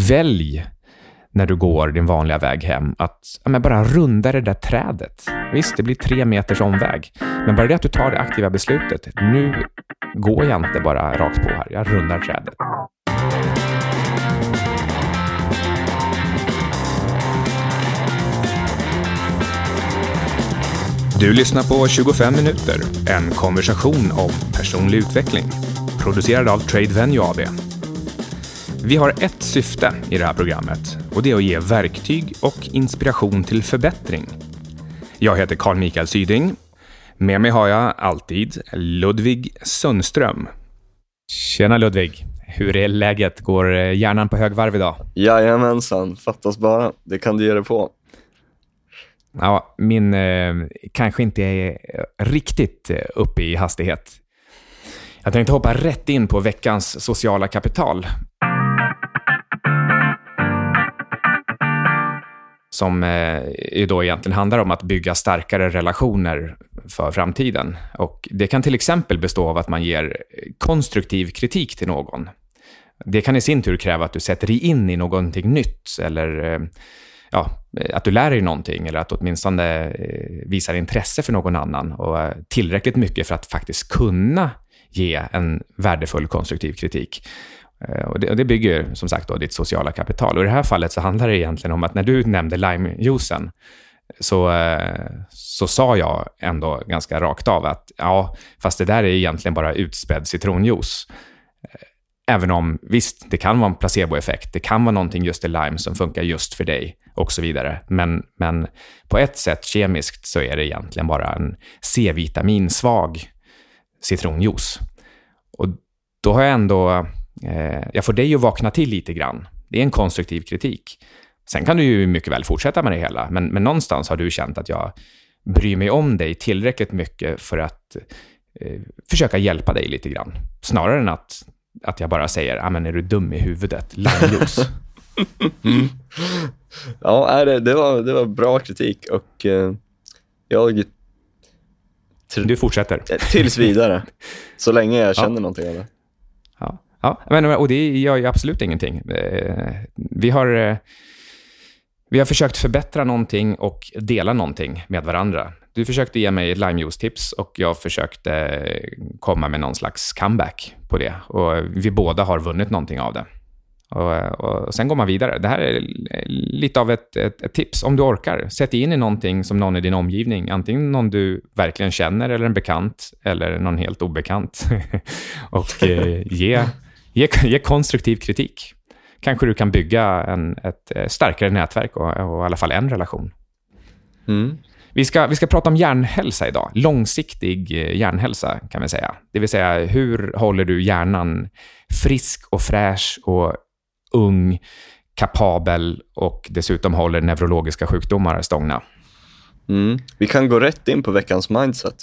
välj när du går din vanliga väg hem att bara runda det där trädet. Visst, det blir 3 meters omväg. Men bara det att du tar det aktiva beslutet. Nu går jag inte bara rakt på här. Jag rundar trädet. Du lyssnar på 25 minuter. En konversation om personlig utveckling. Producerad av Trade Venue AB. Vi har ett syfte i det här programmet och det är att ge verktyg och inspiration till förbättring. Jag heter Carl Mikael Syding. Med mig har jag alltid Ludvig Sundström. Tjena Ludvig, hur är läget? Går hjärnan på högvarv idag? Jajamensan, fattas bara. Det kan du ge dig på. Ja, min kanske inte är riktigt uppe i hastighet. Jag tänkte hoppa rätt in på veckans sociala kapital. Som ju då egentligen handlar om att bygga starkare relationer för framtiden. Och det kan till exempel bestå av att man ger konstruktiv kritik till någon. Det kan i sin tur kräva att du sätter dig in i någonting nytt eller att du lär dig någonting eller att åtminstone visar intresse för någon annan och tillräckligt mycket för att faktiskt kunna ge en värdefull konstruktiv kritik. Och det bygger som sagt då ditt sociala kapital. Och i det här fallet så handlar det egentligen om att när du nämnde limejuicen så sa jag ändå ganska rakt av att fast det där är egentligen bara utspädd citronjuice. Även om visst, det kan vara en placeboeffekt. Det kan vara någonting just i lime som funkar just för dig och så vidare. Men på ett sätt kemiskt så är det egentligen bara en C-vitaminsvag citronjuice. Och då har jag ändå... jag får dig att vakna till lite grann. Det är en konstruktiv kritik. Sen kan du ju mycket väl fortsätta med det hela. Men någonstans har du känt att jag bryr mig om dig tillräckligt mycket för att försöka hjälpa dig lite grann. Snarare än att jag bara säger, men är du dum i huvudet? Limejuice. Ja, det var bra kritik och jag... Du fortsätter. Tills vidare. Så länge jag känner någonting av det. Ja, och det gör ju absolut ingenting. Vi har försökt förbättra någonting och dela någonting med varandra. Du försökte ge mig ett limejuice-tips och jag försökte komma med någon slags comeback på det. Och vi båda har vunnit någonting av det. Och sen går man vidare. Det här är lite av ett tips om du orkar. Sätt in i någonting som någon i din omgivning. Antingen någon du verkligen känner eller en bekant eller någon helt obekant. Och ge konstruktiv kritik. Kanske du kan bygga ett starkare nätverk och i alla fall en relation. Mm. Vi ska prata om hjärnhälsa idag. Långsiktig hjärnhälsa kan vi säga. Det vill säga, hur håller du hjärnan frisk och fräsch och ung, kapabel och dessutom håller neurologiska sjukdomar stångna? Vi kan gå rätt in på veckans mindset.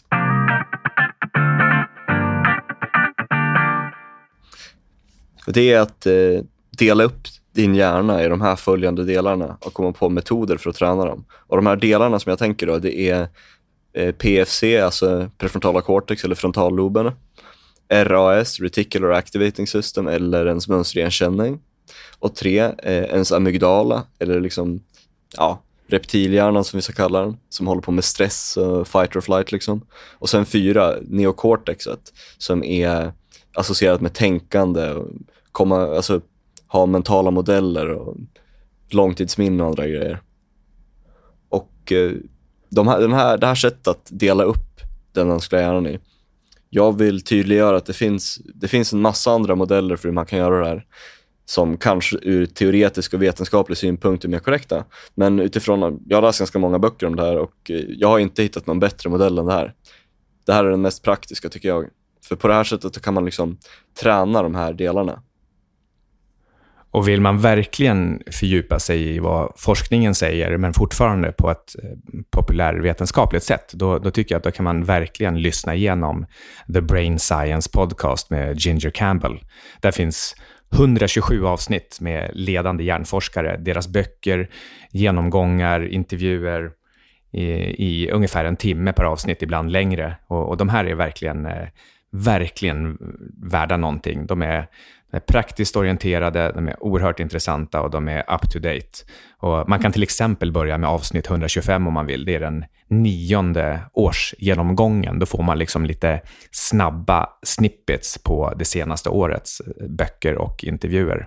Det är att dela upp din hjärna i de här följande delarna och komma på metoder för att träna dem. Och de här delarna som jag tänker då, det är PFC, alltså prefrontala cortex eller frontalloben, RAS, reticular activating system, eller ens mönsterigenkänning, och 3, ens amygdala, eller liksom, reptilhjärnan som vi ska kalla den, som håller på med stress och fight or flight liksom. Och sen 4, neocortexet, som är associerat med tänkande och ha mentala modeller och långtidsminne och andra grejer. Och det här sättet att dela upp den mänskliga hjärnan i, jag vill tydliggöra att det finns en massa andra modeller för hur man kan göra det här, som kanske ur teoretisk och vetenskaplig synpunkt är mer korrekta. Men utifrån, jag har läst ganska många böcker om det här och jag har inte hittat någon bättre modell än det här. Det här är den mest praktiska tycker jag. För på det här sättet kan man liksom träna de här delarna. Och vill man verkligen fördjupa sig i vad forskningen säger, men fortfarande på ett populärvetenskapligt sätt, då tycker jag att då kan man verkligen lyssna igenom The Brain Science Podcast med Ginger Campbell. Där finns 127 avsnitt med ledande hjärnforskare, deras böcker, genomgångar, intervjuer i ungefär en timme per avsnitt, ibland längre. Och de här är verkligen verkligen värda någonting. De är praktiskt orienterade, de är oerhört intressanta och de är up to date. Och man kan till exempel börja med avsnitt 125 om man vill. Det är den 9:e årsgenomgången. Då får man liksom lite snabba snippets på det senaste årets böcker och intervjuer.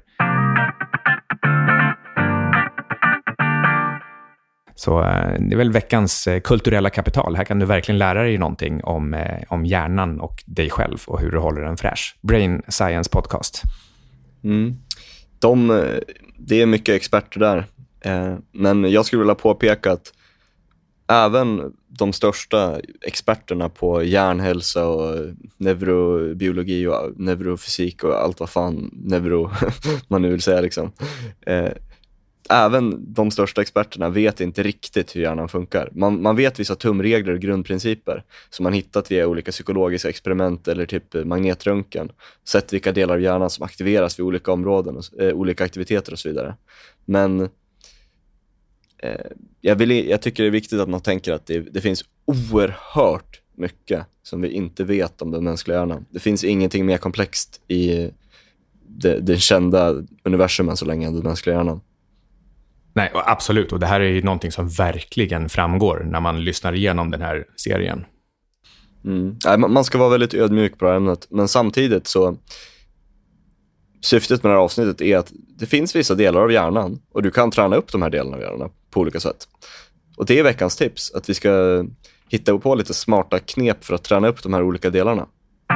Så det är väl veckans kulturella kapital. Här kan du verkligen lära dig någonting om hjärnan och dig själv och hur du håller den fräsch. Brain Science Podcast. Det är mycket experter där. Men jag skulle vilja påpeka att även de största experterna på hjärnhälsa och neurobiologi och neurofysik och allt vad fan man nu vill säga liksom. Även de största experterna vet inte riktigt hur hjärnan funkar. Man vet vissa tumregler och grundprinciper som man hittat via olika psykologiska experiment eller typ magnetröntgen. Sett vilka delar av hjärnan som aktiveras vid olika områden, olika aktiviteter och så vidare. Men jag tycker det är viktigt att man tänker att det finns oerhört mycket som vi inte vet om den mänskliga hjärnan. Det finns ingenting mer komplext i den kända universumen så länge än den mänskliga hjärnan. Nej, absolut. Och det här är ju någonting som verkligen framgår när man lyssnar igenom den här serien. Man ska vara väldigt ödmjuk på det här ämnet. Men samtidigt så syftet med det här avsnittet är att det finns vissa delar av hjärnan och du kan träna upp de här delarna av hjärnan på olika sätt. Och det är veckans tips, att vi ska hitta på lite smarta knep för att träna upp de här olika delarna.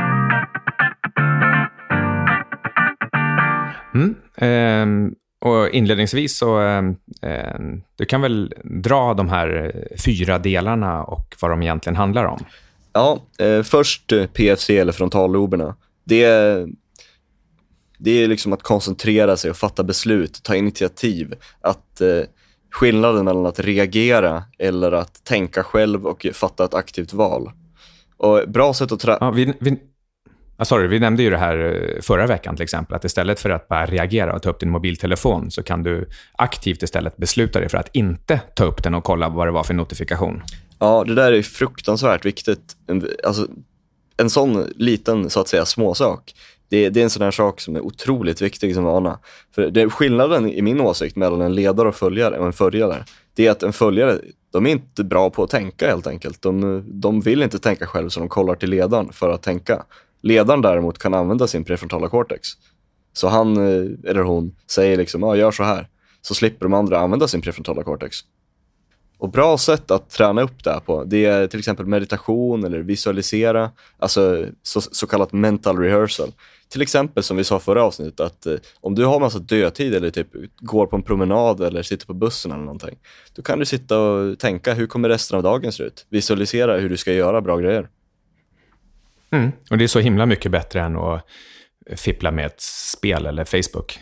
Och inledningsvis så du kan väl dra de här 4 delarna och vad de egentligen handlar om. Ja, först PFC eller frontalloberna. Det är liksom att koncentrera sig och fatta beslut, ta initiativ. Att skillnaden mellan att reagera eller att tänka själv och fatta ett aktivt val. Och bra sätt att vi nämnde ju det här förra veckan till exempel, att istället för att bara reagera och ta upp din mobiltelefon så kan du aktivt istället besluta dig för att inte ta upp den och kolla vad det var för notifikation. Ja, det där är fruktansvärt viktigt. Alltså, en sån liten, så att säga, småsak. Det är en sån här sak som är otroligt viktig som vana. För det är skillnaden i min åsikt mellan en ledare och följare och en följare. Det är att en följare, de är inte bra på att tänka helt enkelt. De vill inte tänka själv, så de kollar till ledaren för att tänka. Ledaren däremot kan använda sin prefrontala cortex. Så han eller hon säger liksom, gör så här. Så slipper de andra använda sin prefrontala cortex. Och bra sätt att träna upp det här på, det är till exempel meditation eller visualisera. Alltså så kallat mental rehearsal. Till exempel som vi sa förra avsnittet, att om du har massa dödtid eller typ går på en promenad eller sitter på bussen eller någonting. Då kan du sitta och tänka, hur kommer resten av dagen se ut? Visualisera hur du ska göra bra grejer. Och det är så himla mycket bättre än att fippla med ett spel eller Facebook.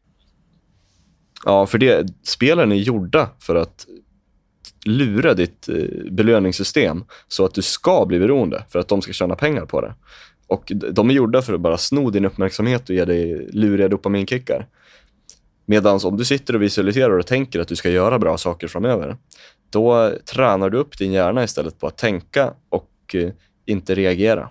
Ja, för spelen är gjorda för att lura ditt belöningssystem så att du ska bli beroende, för att de ska tjäna pengar på det. Och de är gjorda för att bara sno din uppmärksamhet och ge dig luriga dopaminkickar. Medan om du sitter och visualiserar och tänker att du ska göra bra saker framöver, då tränar du upp din hjärna istället på att tänka och inte reagera.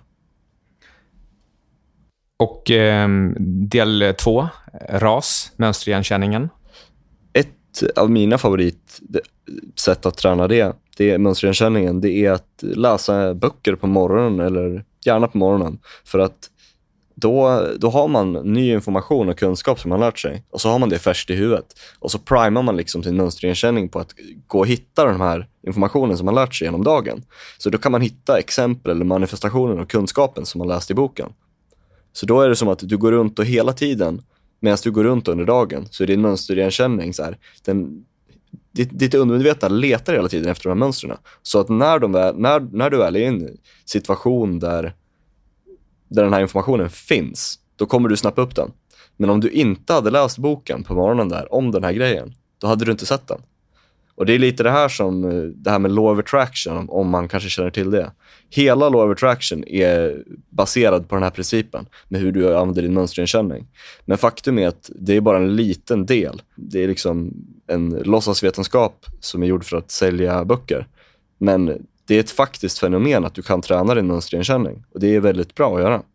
Och del 2, RAS, mönsterigenkänningen. Ett av mina favoritsätt att träna det är mönsterigenkänningen. Det är att läsa böcker på morgonen, eller gärna på morgonen. För att då har man ny information och kunskap som man lärt sig. Och så har man det färskt i huvudet. Och så primar man liksom sin mönsterigenkänning på att gå och hitta den här informationen som man lärt sig genom dagen. Så då kan man hitta exempel eller manifestationen och kunskapen som man läst i boken. Så då är det som att du går runt och hela tiden, medan du går runt under dagen, så är din mönsterigenkänning så här. Ditt undermedvetna letar hela tiden efter de här mönstren. Så att när du väl är i en situation där den här informationen finns, då kommer du snappa upp den. Men om du inte hade läst boken på morgonen där om den här grejen, då hade du inte sett den. Och det är lite det här som det här med law of attraction, om man kanske känner till det. Hela law of attraction är baserad på den här principen med hur du använder din mönsterigenkänning. Men faktum är att det är bara en liten del. Det är liksom en låtsasvetenskap som är gjord för att sälja böcker. Men det är ett faktiskt fenomen att du kan träna din mönsterigenkänning. Och det är väldigt bra att göra.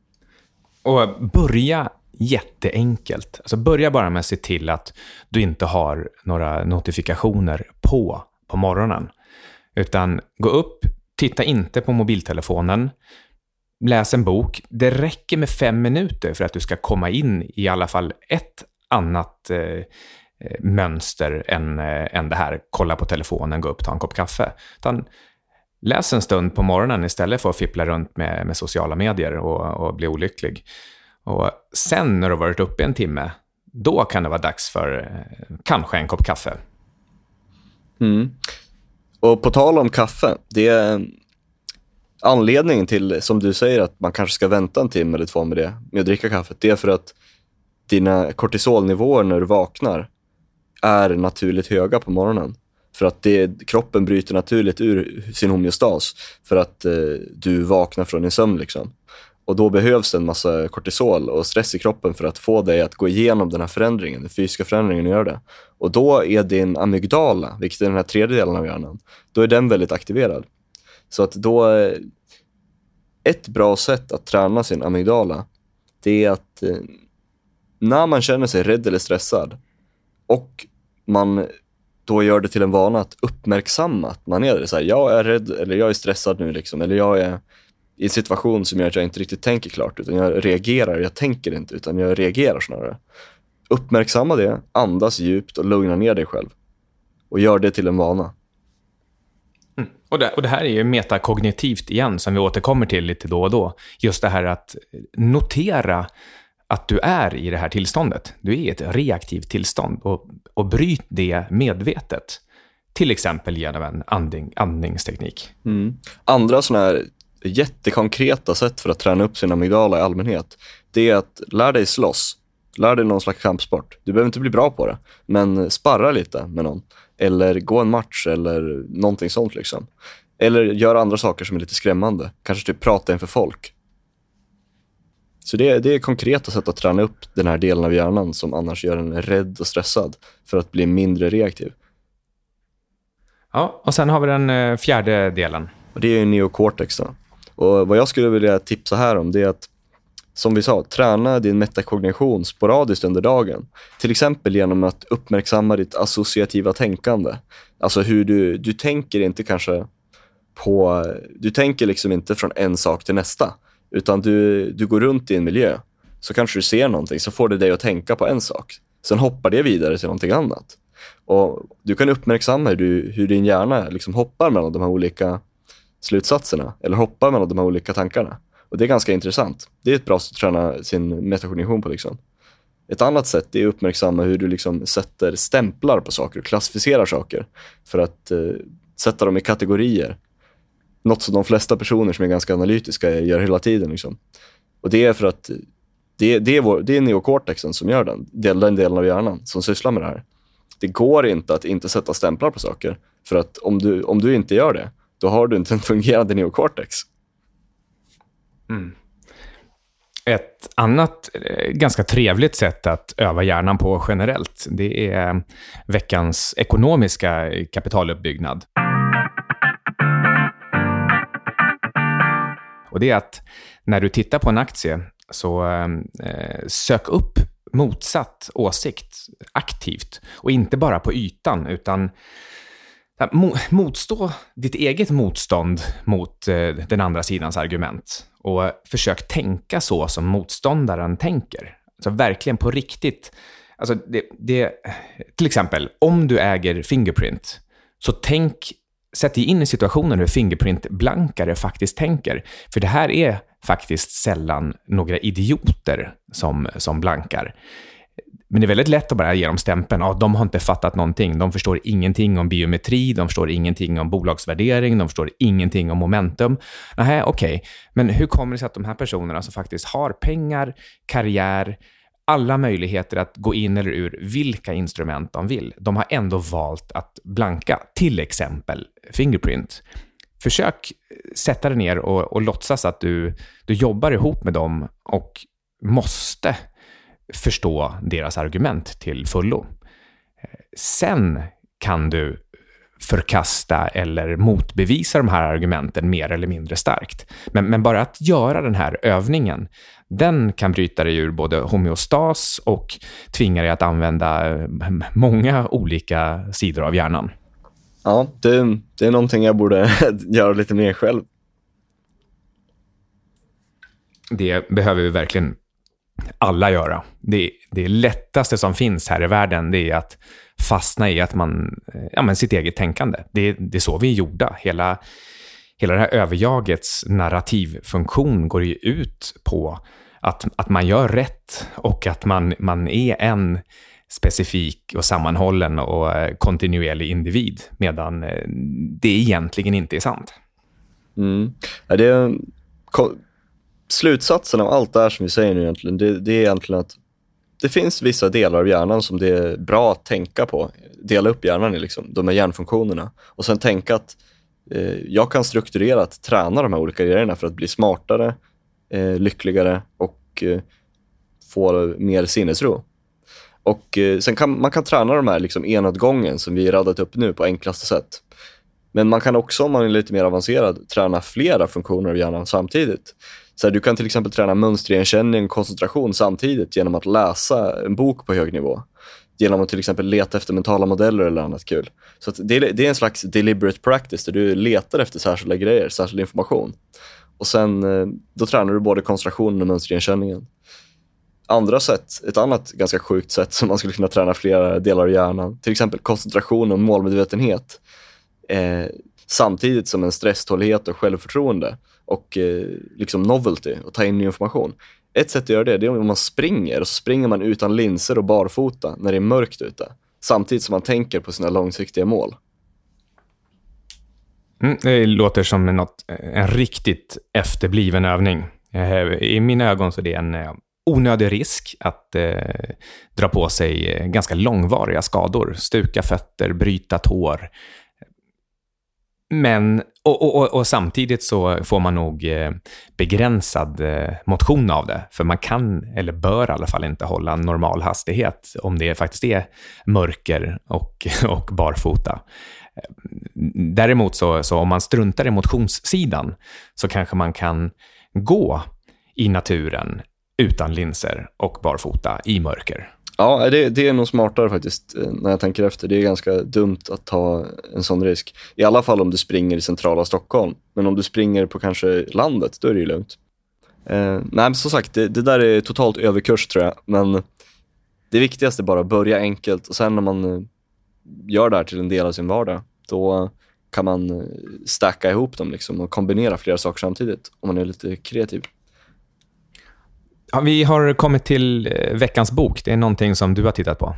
Och börja jätteenkelt. Alltså börja bara med att se till att du inte har några notifikationer på morgonen. Utan gå upp, titta inte på mobiltelefonen, läs en bok. Det räcker med 5 minuter för att du ska komma in i alla fall ett annat mönster än det här. Kolla på telefonen, gå upp, ta en kopp kaffe. Utan läs en stund på morgonen istället för att fippla runt med sociala medier och bli olycklig. Och sen när du har varit uppe en timme, då kan det vara dags för kanske en kopp kaffe. Och på tal om kaffe, det är anledningen till, som du säger, att man kanske ska vänta en timme eller 2 med att dricka kaffet. Det är för att dina kortisolnivåer när du vaknar är naturligt höga på morgonen. För att kroppen bryter naturligt ur sin homeostas för att du vaknar från din sömn liksom. Och då behövs en massa kortisol och stress i kroppen för att få dig att gå igenom den här förändringen, den fysiska förändringen, och göra det. Och då är din amygdala, vilket är den här tredje delen av hjärnan, då är den väldigt aktiverad. Så att då, ett bra sätt att träna sin amygdala, det är att när man känner sig rädd eller stressad och man då gör det till en vana att uppmärksamma att man är det. Så här, jag är rädd eller jag är stressad nu liksom, eller jag är i en situation som gör att jag inte riktigt tänker klart, utan jag reagerar, jag tänker inte, utan jag reagerar snarare. Uppmärksamma det, andas djupt och lugna ner dig själv. Och gör det till en vana. Och det här är ju metakognitivt igen, som vi återkommer till lite då och då. Just det här att notera att du är i det här tillståndet. Du är i ett reaktivt tillstånd och bryt det medvetet. Till exempel genom en andningsteknik. Andra sådana här jättekonkreta sätt för att träna upp sin amygdala i allmänhet, det är att lära dig slåss. Lär dig någon slags kampsport. Du behöver inte bli bra på det, men sparra lite med någon. Eller gå en match eller någonting sånt liksom. Eller gör andra saker som är lite skrämmande. Kanske typ prata inför folk. Så det är konkreta sätt att träna upp den här delen av hjärnan som annars gör en rädd och stressad, för att bli mindre reaktiv. Ja, och sen har vi den fjärde delen. Och det är ju neocortex då. Och vad jag skulle vilja tipsa här om, det är att, som vi sa, träna din metakognition sporadiskt under dagen. Till exempel genom att uppmärksamma ditt associativa tänkande. Alltså hur du tänker inte kanske på, du tänker liksom inte från en sak till nästa. Utan du går runt i en miljö, så kanske du ser någonting, så får det dig att tänka på en sak. Sen hoppar det vidare till någonting annat. Och du kan uppmärksamma hur din hjärna liksom hoppar mellan de här olika slutsatserna, eller hoppar mellan de här olika tankarna. Och det är ganska intressant. Det är ett bra sätt att träna sin metakognition på liksom. Ett annat sätt är att uppmärksamma hur du liksom sätter stämplar på saker och klassificerar saker för att sätta dem i kategorier. Något som de flesta personer som är ganska analytiska gör hela tiden liksom. Och det är för att det är neocortexen som gör den delen av hjärnan som sysslar med det här. Det går inte att inte sätta stämplar på saker, för att om du inte gör det, då har du inte en fungerande neocortex. Ett annat ganska trevligt sätt att öva hjärnan på generellt, det är veckans ekonomiska kapitaluppbyggnad. Och det är att när du tittar på en aktie, så sök upp motsatt åsikt aktivt. Och inte bara på ytan, utan motstå ditt eget motstånd mot den andra sidans argument. Och försök tänka så som motståndaren tänker. Alltså verkligen på riktigt. Alltså till exempel, om du äger Fingerprint, så sätt dig in i situationen hur Fingerprint-blankare faktiskt tänker. För det här är faktiskt sällan några idioter som blankar. Men det är väldigt lätt att bara ge dem stämpeln. Ja, de har inte fattat någonting. De förstår ingenting om biometri. De förstår ingenting om bolagsvärdering. De förstår ingenting om momentum. Nej, okej. Men hur kommer det sig att de här personerna som faktiskt har pengar, karriär, alla möjligheter att gå in eller ur vilka instrument de vill, de har ändå valt att blanka, till exempel Fingerprint. Försök sätta dig ner och låtsas att du jobbar ihop med dem och måste förstå deras argument till fullo. Sen kan du förkasta eller motbevisa de här argumenten mer eller mindre starkt. Men bara att göra den här övningen, den kan bryta dig ur både homeostas och tvinga dig att använda många olika sidor av hjärnan. Ja, det är någonting jag borde göra lite mer själv. Det behöver vi verkligen alla göra. Det lättaste som finns här i världen, det är att fastna i att sitt eget tänkande. Det är så vi är gjorda. Hela det här överjagets narrativfunktion går ju ut på att man gör rätt och att man är en specifik och sammanhållen och kontinuerlig individ, medan det egentligen inte är sant. Slutsatsen av allt det här som vi säger nu egentligen, det är egentligen att det finns vissa delar av hjärnan som det är bra att tänka på. Dela upp hjärnan i liksom, de här hjärnfunktionerna. Och sen tänka att jag kan strukturerat träna de här olika grejerna för att bli smartare, lyckligare och få mer sinnesro. Och sen man kan träna de här liksom en åt gången som vi radat upp nu på enklaste sätt. Men man kan också, om man är lite mer avancerad, träna flera funktioner av hjärnan samtidigt. Så här, du kan till exempel träna mönsterigenkänning och koncentration samtidigt genom att läsa en bok på hög nivå. Genom att till exempel leta efter mentala modeller eller annat kul. Så att det är en slags deliberate practice där du letar efter särskilda grejer, särskild information. Och sen då tränar du både koncentrationen och mönsterigenkänningen. Ett annat ganska sjukt sätt som man skulle kunna träna flera delar av hjärnan. Till exempel koncentration och målmedvetenhet. Samtidigt som en stresstålighet och självförtroende och liksom novelty och ta in ny information. Ett sätt att göra det är om man springer, och så springer man utan linser och barfota när det är mörkt ute, samtidigt som man tänker på sina långsiktiga mål. Det låter som en riktigt efterbliven övning. I mina ögon så är det en onödig risk att dra på sig ganska långvariga skador, stuka fötter, bryta tår. Men och samtidigt så får man nog begränsad motion av det, för man kan eller bör i alla fall inte hålla en normal hastighet om det faktiskt är mörker och barfota. Däremot så om man struntar i motionssidan så kanske man kan gå i naturen utan linser och barfota i mörker. Ja, det är nog smartare faktiskt när jag tänker efter. Det är ganska dumt att ta en sån risk. I alla fall om du springer i centrala Stockholm. Men om du springer på kanske landet, då är det ju lugnt. Nej, men som sagt, det där är totalt överkurs tror jag. Men det viktigaste är bara att börja enkelt. Och sen när man gör det här till en del av sin vardag, då kan man stacka ihop dem liksom och kombinera flera saker samtidigt om man är lite kreativ. Ja, vi har kommit till veckans bok. Det är någonting som du har tittat på.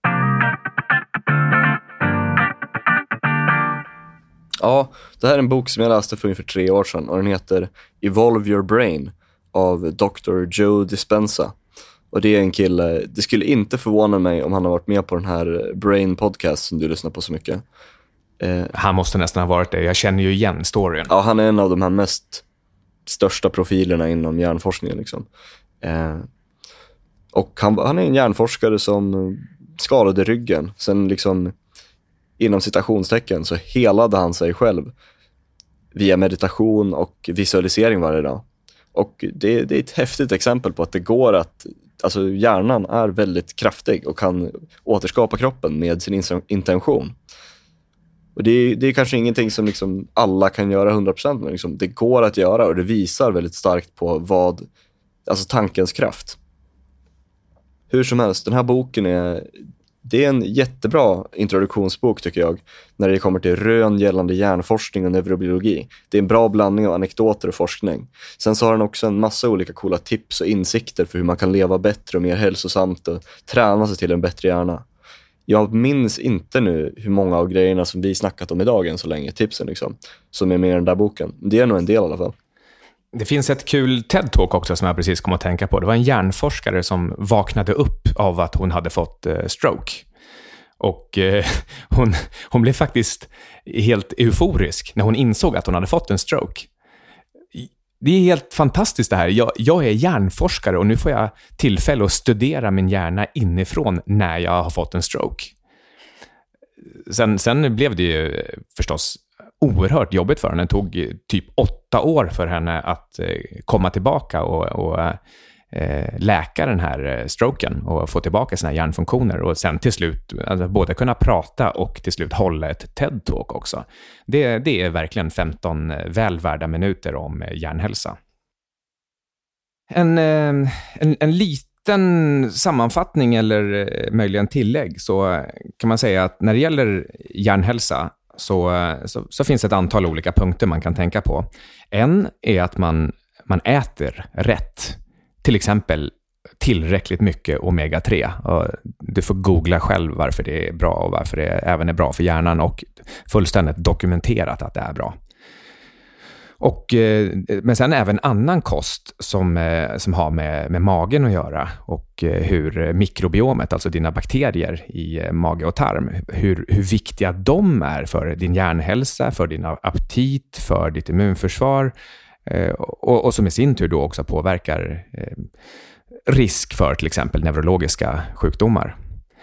Ja, det här är en bok som jag läste för ungefär 3 år sedan. Och den heter Evolve Your Brain av Dr. Joe Dispenza. Och det är en kille, det skulle inte förvåna mig om han har varit med på den här Brain Podcast som du lyssnar på så mycket. Han måste nästan ha varit det. Jag känner ju igen storyn. Ja, han är en av de här största profilerna inom hjärnforskningen liksom. Och han är en hjärnforskare som skadade ryggen. Sen liksom inom citationstecken så helade han sig själv via meditation och visualisering varje dag. Och det är ett häftigt exempel på att det går att, alltså hjärnan är väldigt kraftig och kan återskapa kroppen med sin intention. Och det är kanske ingenting som liksom alla kan göra 100%, men liksom det går att göra, och det visar väldigt starkt på alltså tankens kraft. Hur som helst, den här boken det är en jättebra introduktionsbok tycker jag, när det kommer till rön gällande hjärnforskning och neurobiologi. Det är en bra blandning av anekdoter och forskning. Sen så har den också en massa olika coola tips och insikter för hur man kan leva bättre och mer hälsosamt och träna sig till en bättre hjärna. Jag minns inte nu hur många av grejerna som vi snackat om idag än så länge, tipsen liksom, som är med i den där boken. Det är nog en del i alla fall. Det finns ett kul TED-talk också som jag precis kom att tänka på. Det var en hjärnforskare som vaknade upp av att hon hade fått stroke. Och hon blev faktiskt helt euforisk när hon insåg att hon hade fått en stroke. Det är helt fantastiskt det här. Jag är hjärnforskare och nu får jag tillfälle att studera min hjärna inifrån när jag har fått en stroke. Sen blev det ju förstås oerhört jobbigt för henne. Det tog typ 8 år för henne att komma tillbaka och läka den här stroken och få tillbaka sina hjärnfunktioner och sen till slut alltså både kunna prata och till slut hålla ett TED-talk också. Det är verkligen 15 välvärda minuter om hjärnhälsa. En liten sammanfattning eller möjligen tillägg så kan man säga att när det gäller hjärnhälsa så finns ett antal olika punkter man kan tänka på. En är att man äter rätt. Till exempel tillräckligt mycket omega-3. Och du får googla själv varför det är bra och varför det även är bra för hjärnan och fullständigt dokumenterat att det är bra. Men sen även annan kost som har med magen att göra och hur mikrobiomet, alltså dina bakterier i mage och tarm, hur viktiga de är för din hjärnhälsa, för din aptit, för ditt immunförsvar och som i sin tur då också påverkar risk för till exempel neurologiska sjukdomar.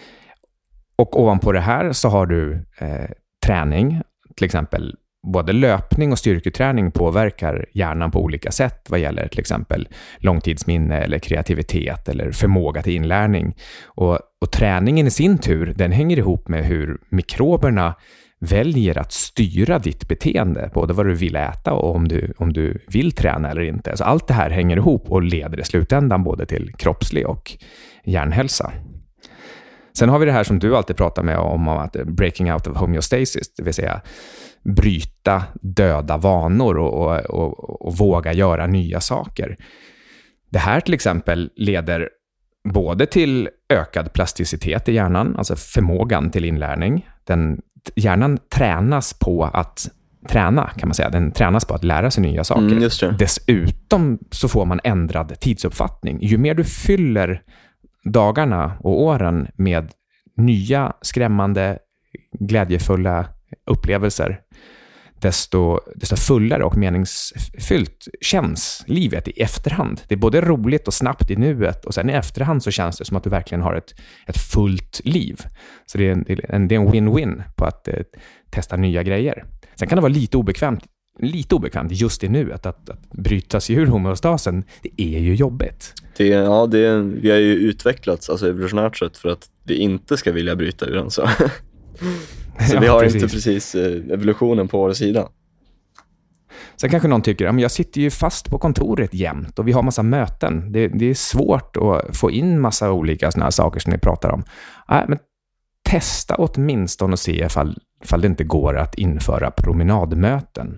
Och ovanpå det här så har du träning, till exempel både löpning och styrketräning påverkar hjärnan på olika sätt vad gäller till exempel långtidsminne eller kreativitet eller förmåga till inlärning. Och träningen i sin tur, den hänger ihop med hur mikroberna väljer att styra ditt beteende, både vad du vill äta och om du vill träna eller inte. Så allt det här hänger ihop och leder i slutändan både till kroppslig och hjärnhälsa. Sen har vi det här som du alltid pratar med om att breaking out of homeostasis, det vill säga bryta döda vanor och våga göra nya saker. Det här till exempel leder både till ökad plasticitet i hjärnan, alltså förmågan till inlärning. Hjärnan tränas på att träna, kan man säga. Den tränas på att lära sig nya saker. Just det. Dessutom så får man ändrad tidsuppfattning. Ju mer du fyller dagarna och åren med nya, skrämmande, glädjefulla upplevelser, desto fullare och meningsfyllt känns livet i efterhand. Det är både roligt och snabbt i nuet och sen i efterhand så känns det som att du verkligen har ett fullt liv. Så det är en win-win på att testa nya grejer. Sen kan det vara lite obekvämt just i nuet att bryta sig ur homeostasen. Det är ju jobbigt. Vi har ju utvecklats alltså evolutionärt sett för att vi inte ska vilja bryta ur den så. Så vi har inte precis evolutionen på vår sida. Sen kanske någon tycker att jag sitter ju fast på kontoret jämt och vi har massa möten. Det är svårt att få in massa olika såna här saker som ni pratar om. Men testa åtminstone och se ifall det inte går att införa promenadmöten.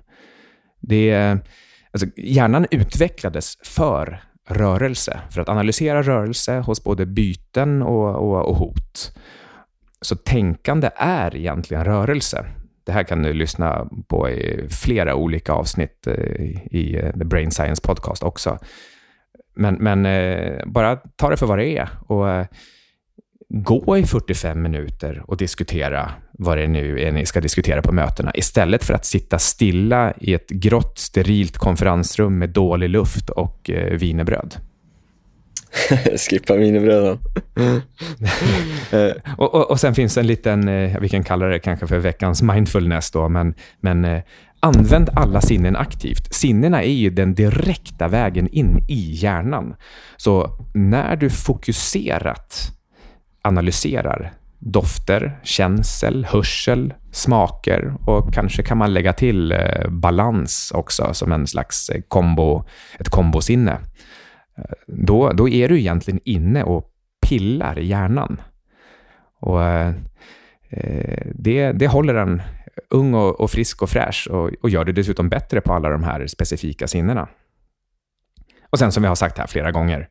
Hjärnan utvecklades för rörelse, för att analysera rörelse hos både byten och hot. Så tänkande är egentligen rörelse. Det här kan du lyssna på i flera olika avsnitt i The Brain Science Podcast också. Men bara ta det för vad det är och gå i 45 minuter och diskutera vad det nu är ni ska diskutera på mötena istället för att sitta stilla i ett grått, sterilt konferensrum med dålig luft och wienerbröd. Skippa wienerbröden. och sen finns en liten, vi kan kalla det kanske för veckans mindfulness då, men använd alla sinnen aktivt. Sinnena är ju den direkta vägen in i hjärnan. Så när du fokuserat analyserar dofter, känsel, hörsel, smaker och kanske kan man lägga till balans också som en slags ett kombosinne. Då är du egentligen inne och pillar i hjärnan. Och det håller den ung och frisk och fräsch och gör det dessutom bättre på alla de här specifika sinnena. Och sen som vi har sagt här flera gånger,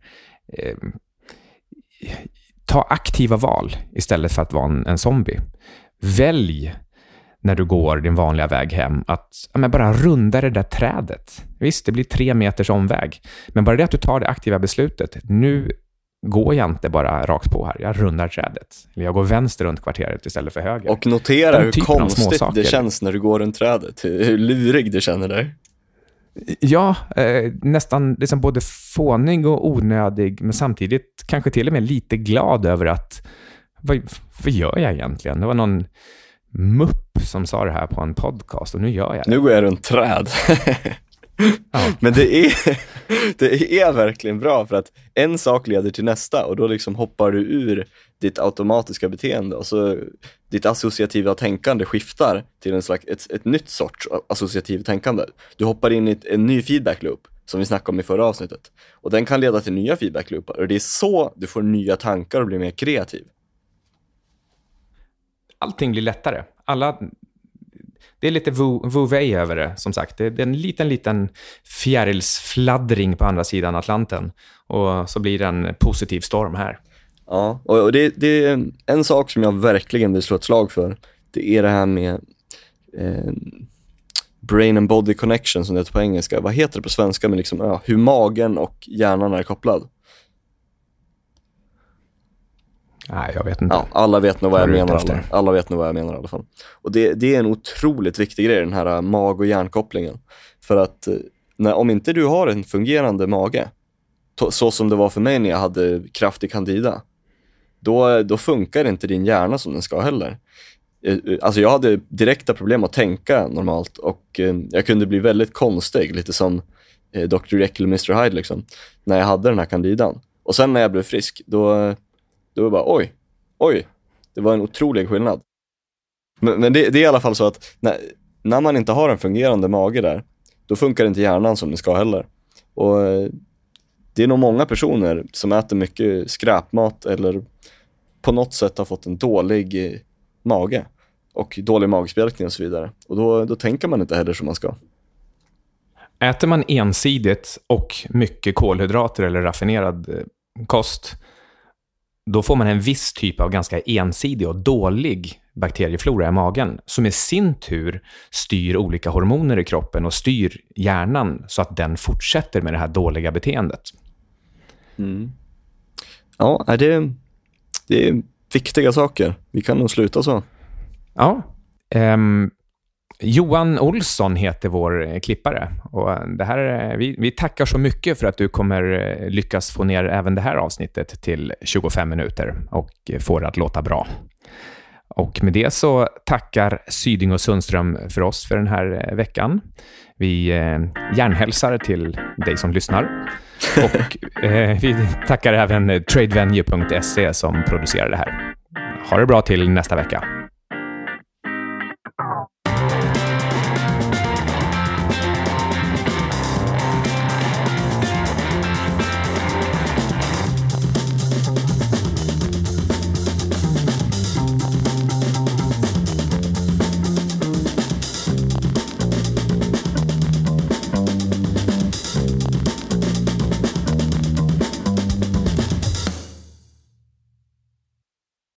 ta aktiva val istället för att vara en zombie. Välj när du går din vanliga väg hem att bara runda det där trädet. Visst, det blir 3 meters omväg. Men bara det att du tar det aktiva beslutet. Nu går jag inte bara rakt på här. Jag rundar trädet. Eller jag går vänster runt kvarteret istället för höger. Och notera hur konstigt det känns när du går runt trädet. Hur lurig du känner dig. Ja, nästan liksom både fånig och onödig. Men samtidigt kanske till och med lite glad över att vad gör jag egentligen? Det var någon mupp som sa det här på en podcast och nu gör jag det. Nu går jag runt träd. Ja. Men det är verkligen bra, för att en sak leder till nästa och då liksom hoppar du ur ditt automatiska beteende och så ditt associativa tänkande skiftar till en slags ett nytt sorts associativt tänkande. Du hoppar in i en ny feedback loop som vi snackade om i förra avsnittet, och den kan leda till nya feedback loopar, och det är så du får nya tankar och blir mer kreativ. Allting blir lättare. Det är lite wu-wei över det, som sagt. Det är en liten fjärilsfladdring på andra sidan Atlanten. Och så blir det en positiv storm här. Ja, och det är en sak som jag verkligen vill slå ett slag för. Det är det här med brain and body connection, som det heter på engelska. Vad heter det på svenska? Men liksom, hur magen och hjärnan är kopplad. Nej, jag vet inte. Ja, alla vet nog vad jag menar. Alla vet nog vad jag menar i alla fall. Och det är en otroligt viktig grej, den här mag- och hjärnkopplingen. För att om inte du har en fungerande mage, så som det var för mig när jag hade kraftig candida, då funkar inte din hjärna som den ska heller. Alltså jag hade direkta problem att tänka normalt, och jag kunde bli väldigt konstig, lite som Dr. Jekyll och Mr. Hyde liksom, när jag hade den här candidan. Och sen när jag blev frisk, då var det bara oj, det var en otrolig skillnad. Men det är i alla fall så att när man inte har en fungerande mage där, då funkar inte hjärnan som den ska heller. Och det är nog många personer som äter mycket skräpmat eller på något sätt har fått en dålig mage och dålig magspjälkning och så vidare. Och då tänker man inte heller som man ska. Äter man ensidigt och mycket kolhydrater eller raffinerad kost, då får man en viss typ av ganska ensidig och dålig bakterieflora i magen, som i sin tur styr olika hormoner i kroppen och styr hjärnan så att den fortsätter med det här dåliga beteendet. Mm. Ja, det är viktiga saker. Vi kan nog sluta så. Ja. Johan Olsson heter vår klippare, och det här, vi tackar så mycket för att du kommer lyckas få ner även det här avsnittet till 25 minuter och få det att låta bra. Och med det så tackar Syding och Sundström för oss för den här veckan. Vi hjärnhälsar till dig som lyssnar. Och vi tackar även tradevenue.se som producerar det här. Ha det bra till nästa vecka.